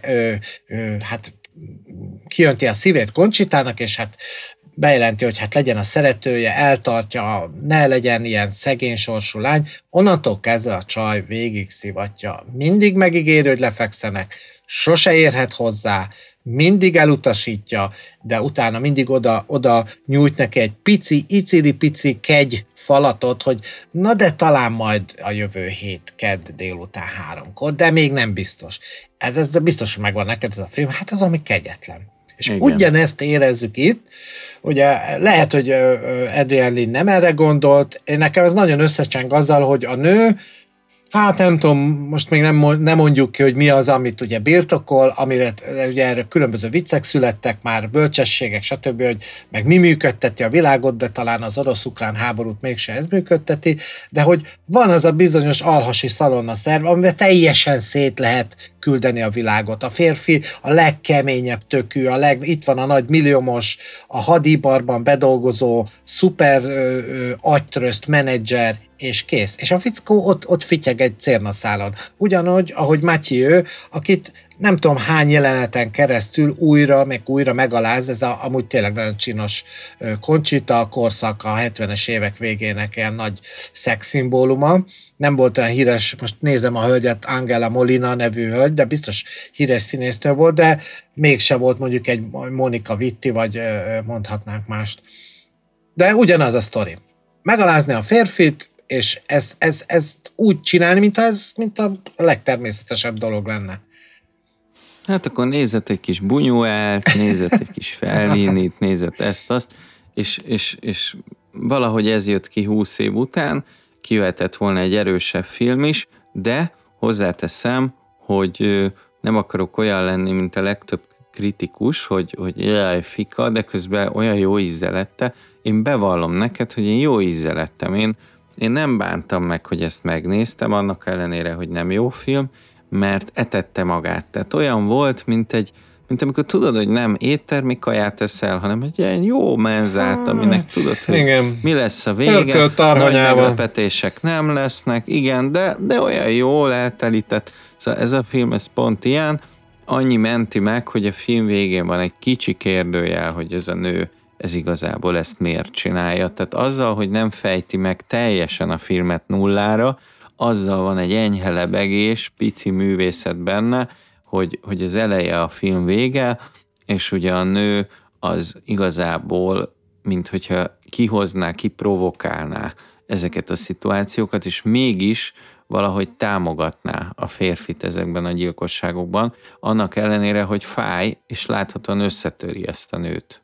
Speaker 3: kijönti a szívét Conchitának, és hát bejelenti, hogy hát legyen a szeretője, eltartja, ne legyen ilyen szegény sorsú lány, onnantól kezdve a csaj végig szivatja. Mindig megígérő, hogy lefekszenek, sose érhet hozzá, mindig elutasítja, de utána mindig oda nyújt neki egy pici, iciri-pici kegy falatot, hogy na de talán majd a jövő hét kedd délután 3-kor, de még nem biztos. Ez biztos, hogy megvan neked ez a film, hát ez ami kegyetlen. És igen, ugyanezt érezzük itt, ugye lehet, hogy Adrian Lyne nem erre gondolt, nekem ez nagyon összecseng azzal, hogy a nő Hát nem tudom, most még nem mondjuk ki, hogy mi az, amit ugye birtokol, amire ugye erre különböző viccek születtek már, bölcsességek, stb., hogy meg mi működteti a világot, de talán az orosz-ukrán háborút mégse ez működteti, de hogy van az a bizonyos alhasi szalonnaszerv, amivel teljesen szét lehet küldeni a világot. A férfi a legkeményebb tökű, itt van a nagy milliómos, a hadibarban bedolgozó, szuper agytröszt menedzser, és kész. És a fickó ott fityeg egy cérnaszálon. Ugyanúgy, ahogy Mathieu, akit nem tudom hány jeleneten keresztül újra megaláz, ez amúgy tényleg nagyon csinos Conchita korszak, a 70-es évek végének ilyen nagy szexszimbóluma. Nem volt olyan híres, most nézem a hölgyet, Angela Molina nevű hölgy, de biztos híres színésznő volt, de mégse volt mondjuk egy Monica Vitti, vagy mondhatnánk mást. De ugyanaz a sztori. Megalázni a férfit, és ezt úgy csinálni, mint a legtermészetesebb dolog lenne.
Speaker 2: Hát akkor nézett egy kis bunyóelt, nézett egy kis Fellinit, nézett ezt-azt, és valahogy ez jött ki 20 év után, kijöhetett volna egy erősebb film is, de hozzáteszem, hogy nem akarok olyan lenni, mint a legtöbb kritikus, hogy jaj, fika, de közben olyan jó íze lette. Én bevallom neked, hogy én jó íze lettem. Én nem bántam meg, hogy ezt megnéztem, annak ellenére, hogy nem jó film, mert etette magát. Tehát olyan volt, mint amikor tudod, hogy nem éttermi kaját eszel, hanem egy ilyen jó menzát, aminek tudod, hogy igen, mi lesz a vége, nagy meglepetések nem lesznek, igen, de olyan jól eltelített. Szóval ez a film, ez pont ilyen, annyi menti meg, hogy a film végén van egy kicsi kérdőjel, hogy ez a nő, ez igazából ezt miért csinálja. Tehát azzal, hogy nem fejti meg teljesen a filmet nullára, azzal van egy enyhe lebegés, pici művészet benne, hogy az eleje a film vége, és ugye a nő az igazából, mint hogyha kihozná, kiprovokálná ezeket a szituációkat, és mégis valahogy támogatná a férfit ezekben a gyilkosságokban, annak ellenére, hogy fáj, és láthatóan összetöri ezt a nőt.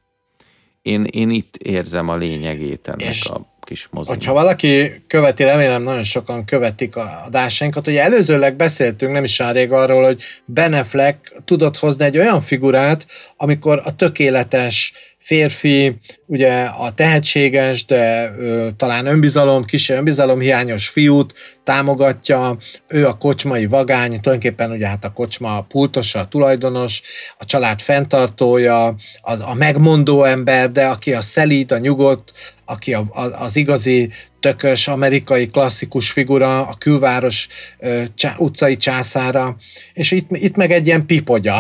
Speaker 2: Én itt érzem a lényegét ennek a kis mozinak.
Speaker 3: Hogyha valaki követi, remélem nagyon sokan követik a adásainkat, ugye előzőleg beszéltünk nem is olyan rég arról, hogy Ben Affleck tudott hozni egy olyan figurát, amikor a tökéletes férfi, ugye a tehetséges, de talán kis önbizalomhiányos fiút támogatja, ő a kocsmai vagány, tulajdonképpen ugye hát a kocsma pultosa, a tulajdonos, a család fenntartója, a megmondó ember, de aki a szelíd, a nyugodt, aki az igazi tökös, amerikai klasszikus figura, a külváros utcai császára, és itt meg egy ilyen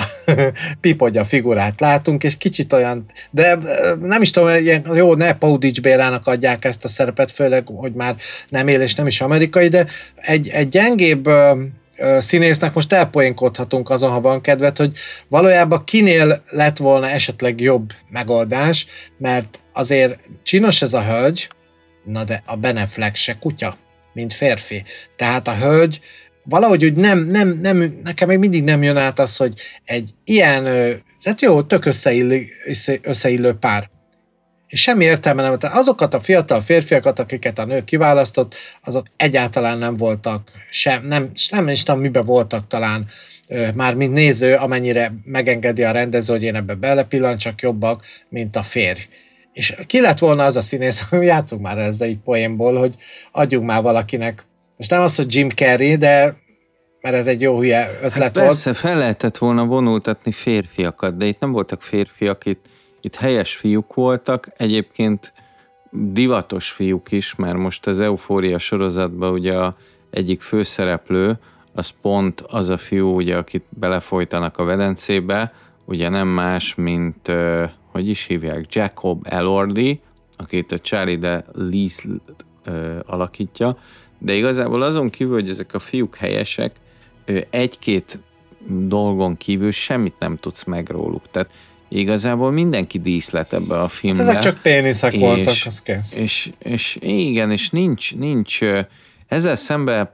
Speaker 3: pipogya figurát látunk, és kicsit olyan, de nem is tudom, jó, ne Paudics Bélának adják ezt a szerepet, főleg, hogy már nem él, és nem is amerikai, de egy gyengébb színésznek most elpoénkodhatunk azon, ha van kedved, hogy valójában kinél lett volna esetleg jobb megoldás, mert azért csinos ez a hölgy, na de a Ben Affleck se kutya, mint férfi. Tehát a hölgy valahogy úgy nem, nekem még mindig nem jön át az, hogy egy ilyen, hát jó, tök összeillő pár. És semmi értelme nem. Tehát azokat a fiatal férfiakat, akiket a nő kiválasztott, azok egyáltalán nem voltak, nem is tudom, miben voltak talán, már mint néző, amennyire megengedi a rendező, hogy én ebbe belepillantsak, jobbak, mint a férj. És ki lett volna az a színész, játszunk már ezzel egy poénból, hogy adjunk már valakinek, most nem az, hogy Jim Carrey, de mert ez egy jó hülye ötlet volt.
Speaker 2: Persze, fel lehetett volna vonultatni férfiakat, de itt nem voltak férfiak, itt helyes fiúk voltak, egyébként divatos fiúk is, mert most az Eufória sorozatban ugye egyik főszereplő, az pont az a fiú, ugye, akit belefolytanak a Vedencébe, ugye nem más, mint, hogy is hívják, Jacob Elordi, akit a Charlie de Lis alakítja, de igazából azon kívül, hogy ezek a fiúk helyesek, egy-két dolgon kívül semmit nem tudsz meg róluk. Tehát igazából mindenki díszlet ebbe a filmbe.
Speaker 3: Ezek csak péniszek voltak, az kész.
Speaker 2: És igen, és nincs ezzel szemben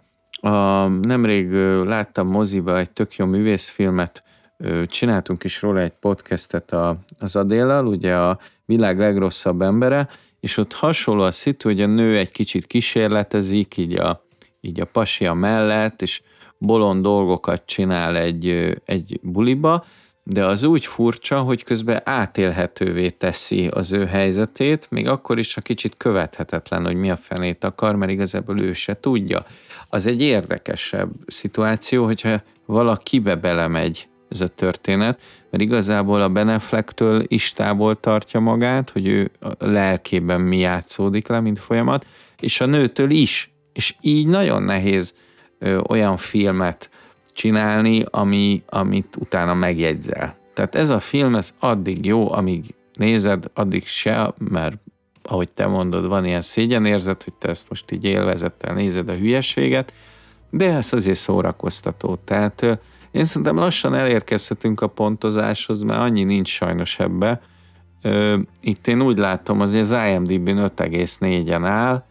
Speaker 2: nemrég láttam moziba egy tök jó művészfilmet, csináltunk is róla egy podcastet az Adéllal, ugye a világ legrosszabb embere, és ott hasonló a szitu, hogy a nő egy kicsit kísérletezik, így így a pasia mellett, és bolond dolgokat csinál egy buliba, de az úgy furcsa, hogy közben átélhetővé teszi az ő helyzetét, még akkor is, ha kicsit követhetetlen, hogy mi a fenét akar, mert igazából ő se tudja. Az egy érdekesebb szituáció, hogyha valakibe belemegy ez a történet, mert igazából a Ben Afflecktől is távol tartja magát, hogy ő a lelkében mi játszódik le, mint folyamat, és a nőtől is. És így nagyon nehéz olyan filmet csinálni, amit utána megjegyzel. Tehát ez a film, ez addig jó, amíg nézed, addig se, mert ahogy te mondod, van ilyen szégyenérzet, hogy te ezt most így élvezettel nézed a hülyeséget, de ez azért szórakoztató. Tehát én szerintem lassan elérkezhetünk a pontozáshoz, mert annyi nincs sajnos ebbe. Itt én úgy látom, hogy az IMDb-n 5,4-en áll.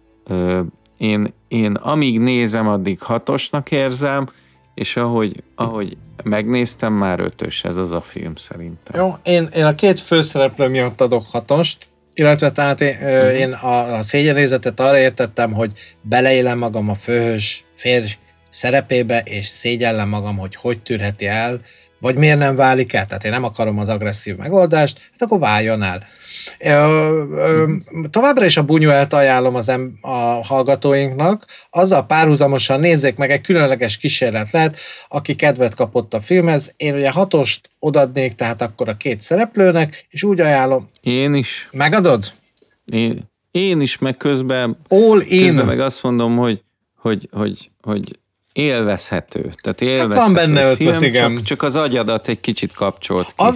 Speaker 2: Én amíg nézem, addig 6-osnak érzem, és ahogy megnéztem, már 5-ös ez az a film szerintem.
Speaker 3: Jó, én a két főszereplő miatt adok 6-ost, illetve tehát én a szégyenérzetet arra értettem, hogy beleélem magam a főhős férj szerepébe, és szégyellem magam, hogy tűrheti el, vagy miért nem válik el. Tehát én nem akarom az agresszív megoldást, hát akkor váljon el. Továbbra is a Buñuelt ajánlom a hallgatóinknak, azzal párhuzamosan nézzék meg, egy különleges kísérlet lehet, aki kedvet kapott a filmhez. Én ugye 6-ost odadnék, tehát akkor a két szereplőnek, és úgy ajánlom.
Speaker 2: Én is.
Speaker 3: Megadod?
Speaker 2: Én is, meg közben meg azt mondom, hogy élvezhető. Tehát élvezhető
Speaker 3: van benne ötlet,
Speaker 2: film,
Speaker 3: igen.
Speaker 2: Csak az agyadat egy kicsit kapcsolt ki.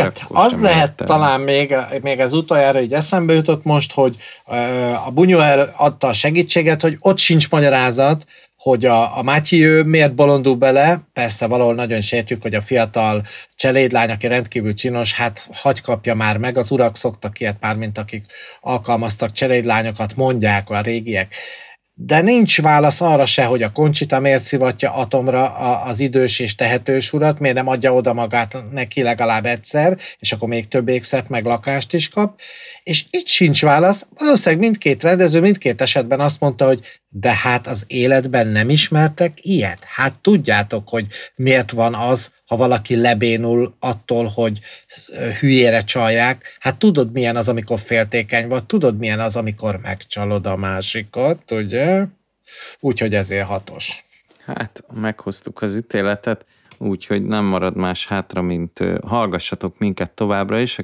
Speaker 3: Az lehet talán még ez utoljára így eszembe jutott most, hogy a Buñuel adta a segítséget, hogy ott sincs magyarázat, hogy a Mathieu miért bolondul bele, persze valahol nagyon sértjük, hogy a fiatal cselédlány, aki rendkívül csinos, hát hagy kapja már meg, az urak szoktak ilyet már, mint akik alkalmaztak cselédlányokat, mondják a régiek. De nincs válasz arra se, hogy a Conchita miért szivatja atomra az idős és tehetős urat, miért nem adja oda magát neki legalább egyszer, és akkor még több ékszert meg lakást is kap. És itt sincs válasz. Valószínűleg mindkét rendező mindkét esetben azt mondta, hogy de hát az életben nem ismertek ilyet. Hát tudjátok, hogy miért van az, ha valaki lebénul attól, hogy hülyére csalják. Hát tudod, milyen az, amikor féltékeny vagy, tudod, milyen az, amikor megcsalod a másikat, ugye? Úgyhogy ezért 6-os.
Speaker 2: Hát, meghoztuk az ítéletet, úgyhogy nem marad más hátra, mint hallgassatok minket továbbra is a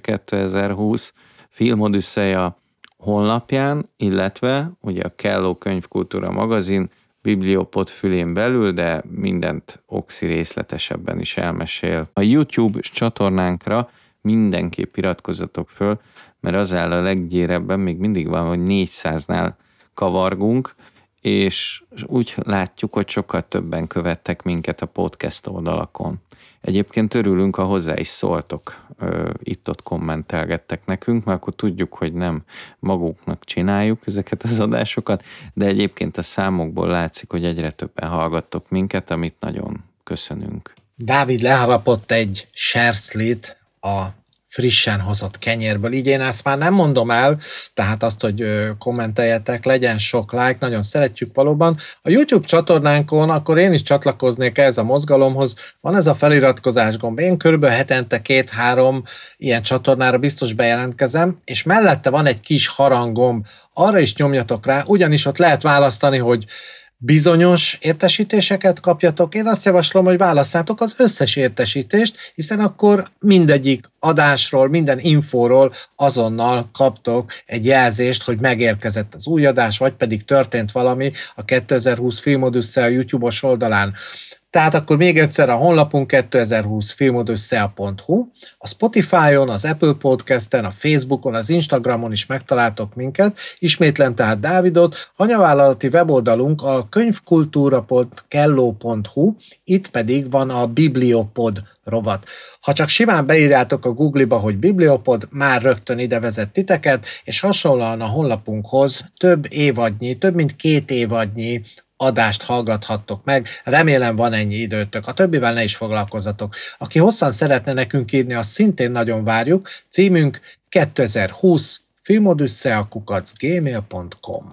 Speaker 2: 2020 Filmodüsszeja honlapján, illetve ugye a Kelló Könyvkultúra magazin Bibliopod fülén belül, de mindent Oxi részletesebben is elmesél. A YouTube csatornánkra mindenképp iratkozzatok föl, mert az áll a leggyérebben, még mindig van, hogy 400-nál kavargunk, és úgy látjuk, hogy sokkal többen követtek minket a podcast oldalakon. Egyébként örülünk, ha hozzá is szóltok, itt-ott kommentelgettek nekünk, mert akkor tudjuk, hogy nem magunknak csináljuk ezeket az adásokat, de egyébként a számokból látszik, hogy egyre többen hallgattok minket, amit nagyon köszönünk.
Speaker 3: Dávid leharapott egy serclit a frissen hozott kenyérből. Így én ezt már nem mondom el, tehát azt, hogy kommenteljetek, legyen sok like, nagyon szeretjük valóban. A YouTube csatornánkon akkor én is csatlakoznék ehhez a mozgalomhoz. Van ez a feliratkozás gomb. Én körülbelül hetente 2-3 ilyen csatornára biztos bejelentkezem, és mellette van egy kis harangomb. Arra is nyomjatok rá, ugyanis ott lehet választani, hogy bizonyos értesítéseket kapjatok. Én azt javaslom, hogy válasszátok az összes értesítést, hiszen akkor mindegyik adásról, minden infóról azonnal kaptok egy jelzést, hogy megérkezett az új adás, vagy pedig történt valami a 2020 Filmodüsszeja YouTube-os oldalán. Tehát akkor még egyszer a honlapunk 2020filmodüsszea.hu, a Spotify-on, az Apple Podcast-en, a Facebookon, az Instagramon is megtaláltok minket. Ismétlem tehát Dávidot, anyavállalati weboldalunk a könyvkultúra.kelló.hu, itt pedig van a Bibliopod rovat. Ha csak simán beírjátok a Google-ba, hogy Bibliopod, már rögtön ide vezet titeket, és hasonlóan a honlapunkhoz több mint 2 évadnyi adást hallgathattok meg, remélem van ennyi időtök, a többivel ne is foglalkozzatok. Aki hosszan szeretne nekünk írni, azt szintén nagyon várjuk, címünk 2020 filmodüsszea@gmail.com.